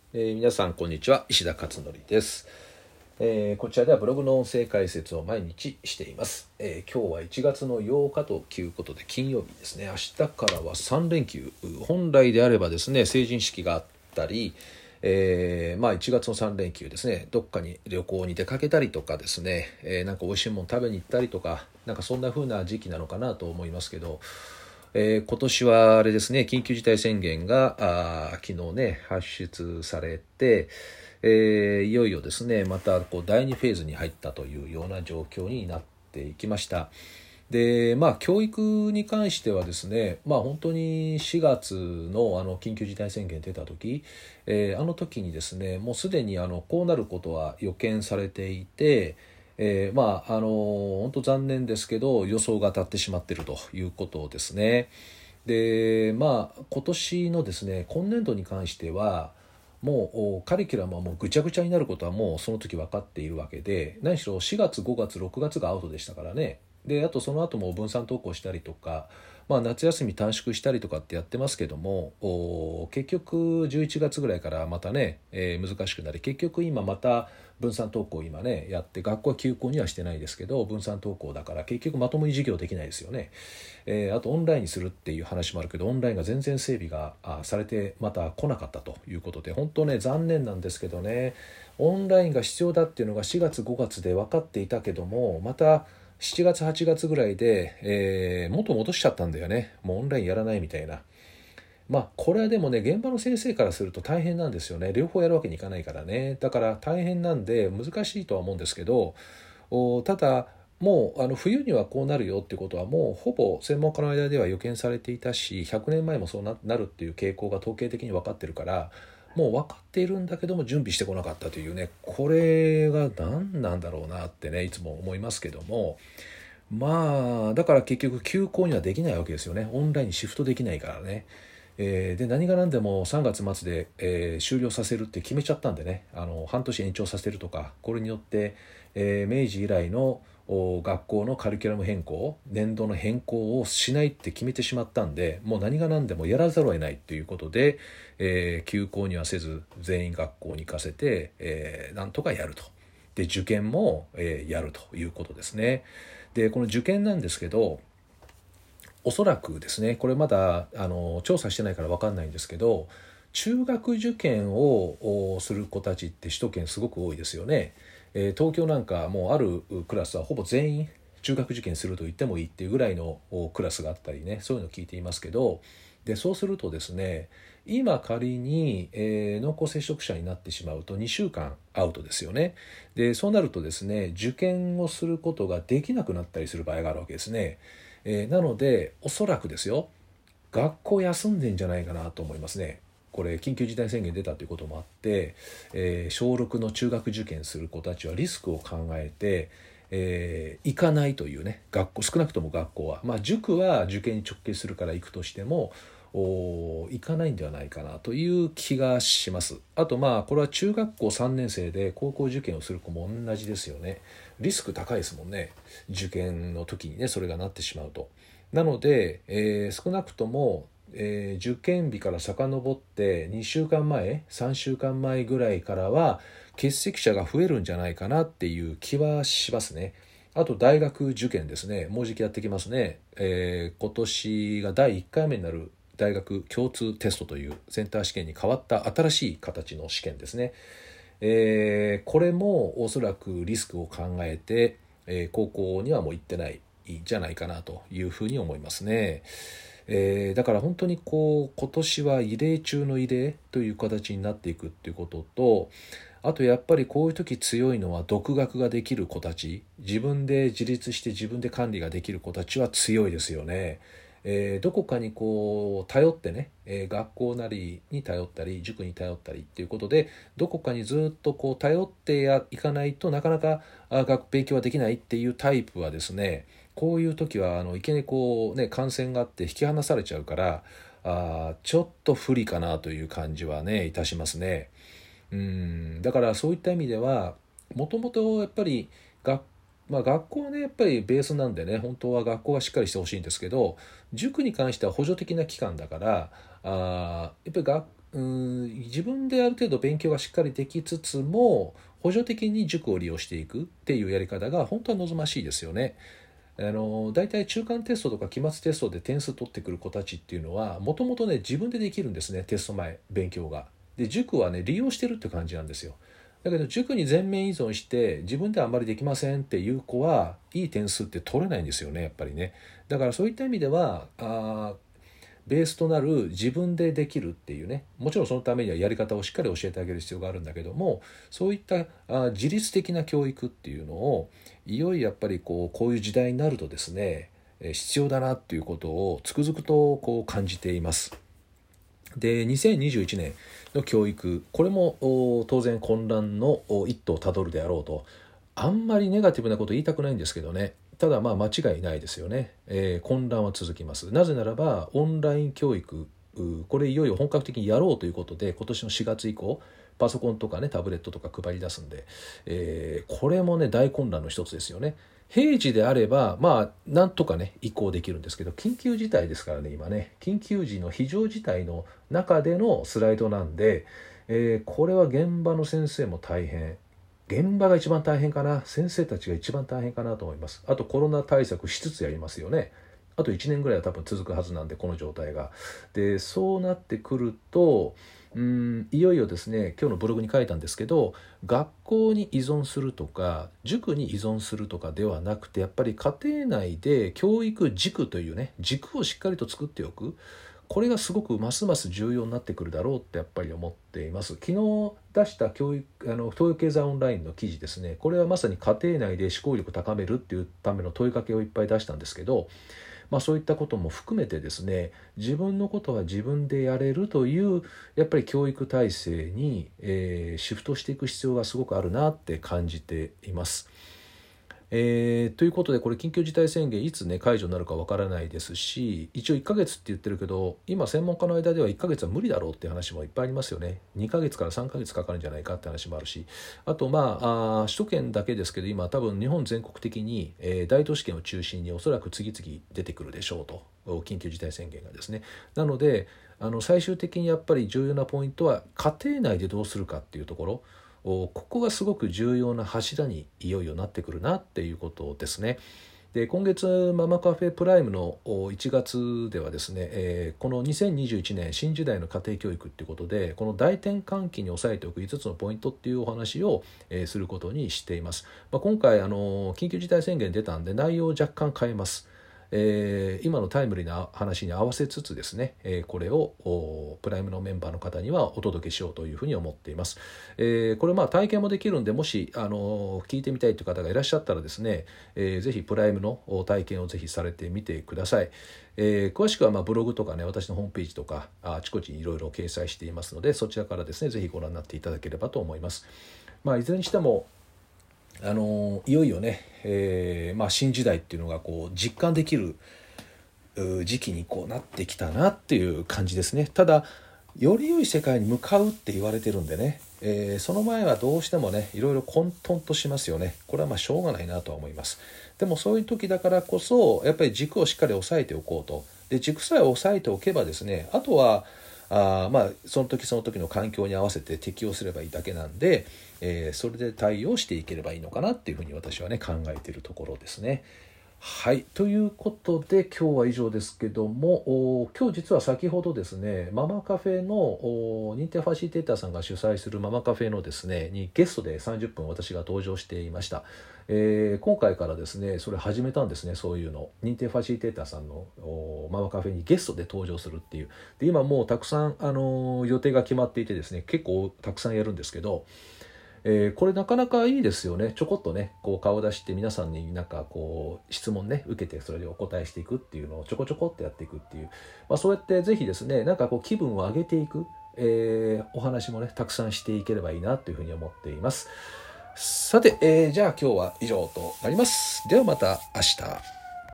皆さんこんにちは、石田勝則です。こちらではブログの音声解説を毎日しています。今日は1月の8日ということで金曜日ですね。明日からは3連休。本来であればですね、成人式があったり、1月の3連休ですね、どっかに旅行に出かけたりとかですね、なんか美味しいもの食べに行ったりとか、なんかそんな風な時期なのかなと思いますけど、今年はあれですね、緊急事態宣言が昨日ね発出されて、いよいよですねまた第2フェーズに入ったというような状況になっていきました。で教育に関してはですね、本当に4月の緊急事態宣言出た時、あの時にですねもうすでにこうなることは予見されていて、本当残念ですけど予想が当たってしまっているということですね。で今年のですね今年度に関してはもうカリキュラムはもうぐちゃぐちゃになることはもうその時分かっているわけで、何しろ4月5月6月がアウトでしたからね。であとその後も分散登校したりとか、夏休み短縮したりとかってやってますけども、結局11月ぐらいからまたね、難しくなり、結局今また分散登校今ねやって、学校は休校にはしてないですけど分散登校だから結局まともに授業できないですよね。あとオンラインにするっていう話もあるけど、オンラインが全然整備がされてまた来なかったということで、本当ね残念なんですけどね、オンラインが必要だっていうのが4月5月で分かっていたけども、また7月8月ぐらいで、元戻しちゃったんだよね。もうオンラインやらないみたいな。これはでもね現場の先生からすると大変なんですよね。両方やるわけにいかないからね。だから大変なんで難しいとは思うんですけど、ただもう冬にはこうなるよってことはもうほぼ専門家の間では予見されていたし、100年前もそうなるっていう傾向が統計的に分かってるから、もう分かっているんだけども準備してこなかったというね、これが何なんだろうなってねいつも思いますけども、だから結局休校にはできないわけですよね。オンラインにシフトできないからね。で何が何でも3月末で、終了させるって決めちゃったんでね、半年延長させるとか、これによって、明治以来の学校のカリキュラム変更、年度の変更をしないって決めてしまったんで、もう何が何でもやらざるを得ないということで、休校にはせず全員学校に行かせて、なんとかやると。で受験も、やるということですね。でこの受験なんですけど、おそらくですね、これまだ調査してないから分かんないんですけど、中学受験をする子たちって首都圏すごく多いですよね。東京なんかもうあるクラスはほぼ全員中学受験すると言ってもいいっていうぐらいのクラスがあったりね、そういうのを聞いていますけど、でそうするとですね、今仮に、濃厚接触者になってしまうと2週間アウトですよね。でそうなるとですね、受験をすることができなくなったりする場合があるわけですね。なのでおそらくですよ、学校休んでんじゃないかなと思いますね。これ緊急事態宣言出たということもあって、小6の中学受験する子たちはリスクを考えて、行かないというね、学校、少なくとも学校は、塾は受験に直結するから行くとしても行かないんではないかなという気がします。あとこれは中学校3年生で高校受験をする子も同じですよね。リスク高いですもんね、受験の時にねそれがなってしまうと。なので、少なくとも、受験日から遡って2週間前3週間前ぐらいからは欠席者が増えるんじゃないかなっていう気はしますね。あと大学受験ですね、もうじきやってきますね。今年が第1回目になる大学共通テストというセンター試験に変わった新しい形の試験ですね。これもおそらくリスクを考えて、高校にはもう行ってないんじゃないかなというふうに思いますね。だから本当に今年は異例中の異例という形になっていくっていうことと、あとやっぱりこういう時強いのは独学ができる子たち、自分で自立して自分で管理ができる子たちは強いですよね。どこかに頼ってね、学校なりに頼ったり塾に頼ったりっていうことでどこかにずっと頼っていかないとなかなか勉強はできないっていうタイプはですね、こういう時はいきなり感染があって引き離されちゃうから、ちょっと不利かなという感じはねいたしますね。だからそういった意味ではもともとやっぱり学学校はねやっぱりベースなんでね、本当は学校がしっかりしてほしいんですけど、塾に関しては補助的な機関だから、やっぱり自分である程度勉強がしっかりできつつも補助的に塾を利用していくっていうやり方が本当は望ましいですよね。大体中間テストとか期末テストで点数取ってくる子たちっていうのはもともとね自分でできるんですね。テスト前勉強が。で塾はね利用してるって感じなんですよ。だけど塾に全面依存して自分ではあんまりできませんっていう子はいい点数って取れないんですよね、やっぱりね。だからそういった意味ではベースとなる自分でできるっていうね、もちろんそのためにはやり方をしっかり教えてあげる必要があるんだけども、そういった自律的な教育っていうのをいよいよやっぱりこういう時代になるとですね必要だなっていうことをつくづくとこう感じています。で2021年の教育、これも当然混乱の一途をたどるであろうと。あんまりネガティブなこと言いたくないんですけどね、ただ間違いないですよね。混乱は続きます。なぜならばオンライン教育、これいよいよ本格的にやろうということで今年の4月以降パソコンとかねタブレットとか配り出すんで、これもね大混乱の一つですよね。平時であればなんとかね移行できるんですけど、緊急事態ですからね今ね、緊急時の非常事態の中でのスライドなんで、これは現場の先生も大変、現場が一番大変かな、先生たちが一番大変かなと思います。あとコロナ対策しつつやりますよね。あと1年ぐらいは多分続くはずなんでこの状態が。でそうなってくるといよいよですね、今日のブログに書いたんですけど、学校に依存するとか塾に依存するとかではなくて、やっぱり家庭内で教育軸というね軸をしっかりと作っておく、これがすごくますます重要になってくるだろうってやっぱり思っています。昨日出した東洋経済オンラインの記事ですね、これはまさに家庭内で思考力高めるっていうための問いかけをいっぱい出したんですけど、そういったことも含めてですね、自分のことは自分でやれるというやっぱり教育体制に、シフトしていく必要がすごくあるなって感じています。ということでこれ緊急事態宣言いつね解除になるかわからないですし、一応1ヶ月って言ってるけど今専門家の間では1ヶ月は無理だろうっていう話もいっぱいありますよね。2ヶ月から3ヶ月かかるんじゃないかって話もあるし、あと首都圏だけですけど今多分日本全国的に、大都市圏を中心におそらく次々出てくるでしょうと、緊急事態宣言がですね。なので最終的にやっぱり重要なポイントは家庭内でどうするかっていうところ、ここがすごく重要な柱にいよいよなってくるなっていうことですね。で今月ママカフェプライムの1月ではですね、この2021年新時代の家庭教育っていうことでこの大転換期に押さえておく5つのポイントっていうお話をすることにしています。今回緊急事態宣言出たんで内容を若干変えます。今のタイムリーな話に合わせつつですね、これをプライムのメンバーの方にはお届けしようというふうに思っています。これ体験もできるんで、もし聞いてみたいという方がいらっしゃったらですね、ぜひプライムの体験をぜひされてみてください。詳しくはブログとかね私のホームページとかあちこちにいろいろ掲載していますので、そちらからですねぜひご覧になっていただければと思います。いずれにしてもいよいよね、新時代っていうのが実感できる時期になってきたなっていう感じですね。ただより良い世界に向かうって言われてるんでね、その前はどうしてもねいろいろ混沌としますよね。これはしょうがないなとは思います。でもそういう時だからこそやっぱり軸をしっかり押さえておこうと。で軸さえ押さえておけばですね、あとはその時その時の環境に合わせて適応すればいいだけなんで、それで対応していければいいのかなっていうふうに私はね考えているところですね。はい、ということで今日は以上ですけども、今日実は先ほどですねママカフェの認定ファシリテーターさんが主催するママカフェのですねにゲストで30分私が登場していました。今回からですねそれ始めたんですね。そういうの認定ファシリテーターさんのママカフェにゲストで登場するっていう。で今もうたくさん、予定が決まっていてですね結構たくさんやるんですけど、これなかなかいいですよね。ちょこっとね顔出して皆さんに質問ね受けてそれでお答えしていくっていうのをちょこちょこってやっていくっていう、そうやってぜひですね気分を上げていく、お話もねたくさんしていければいいなというふうに思っています。さて、じゃあ今日は以上となります。ではまた明日。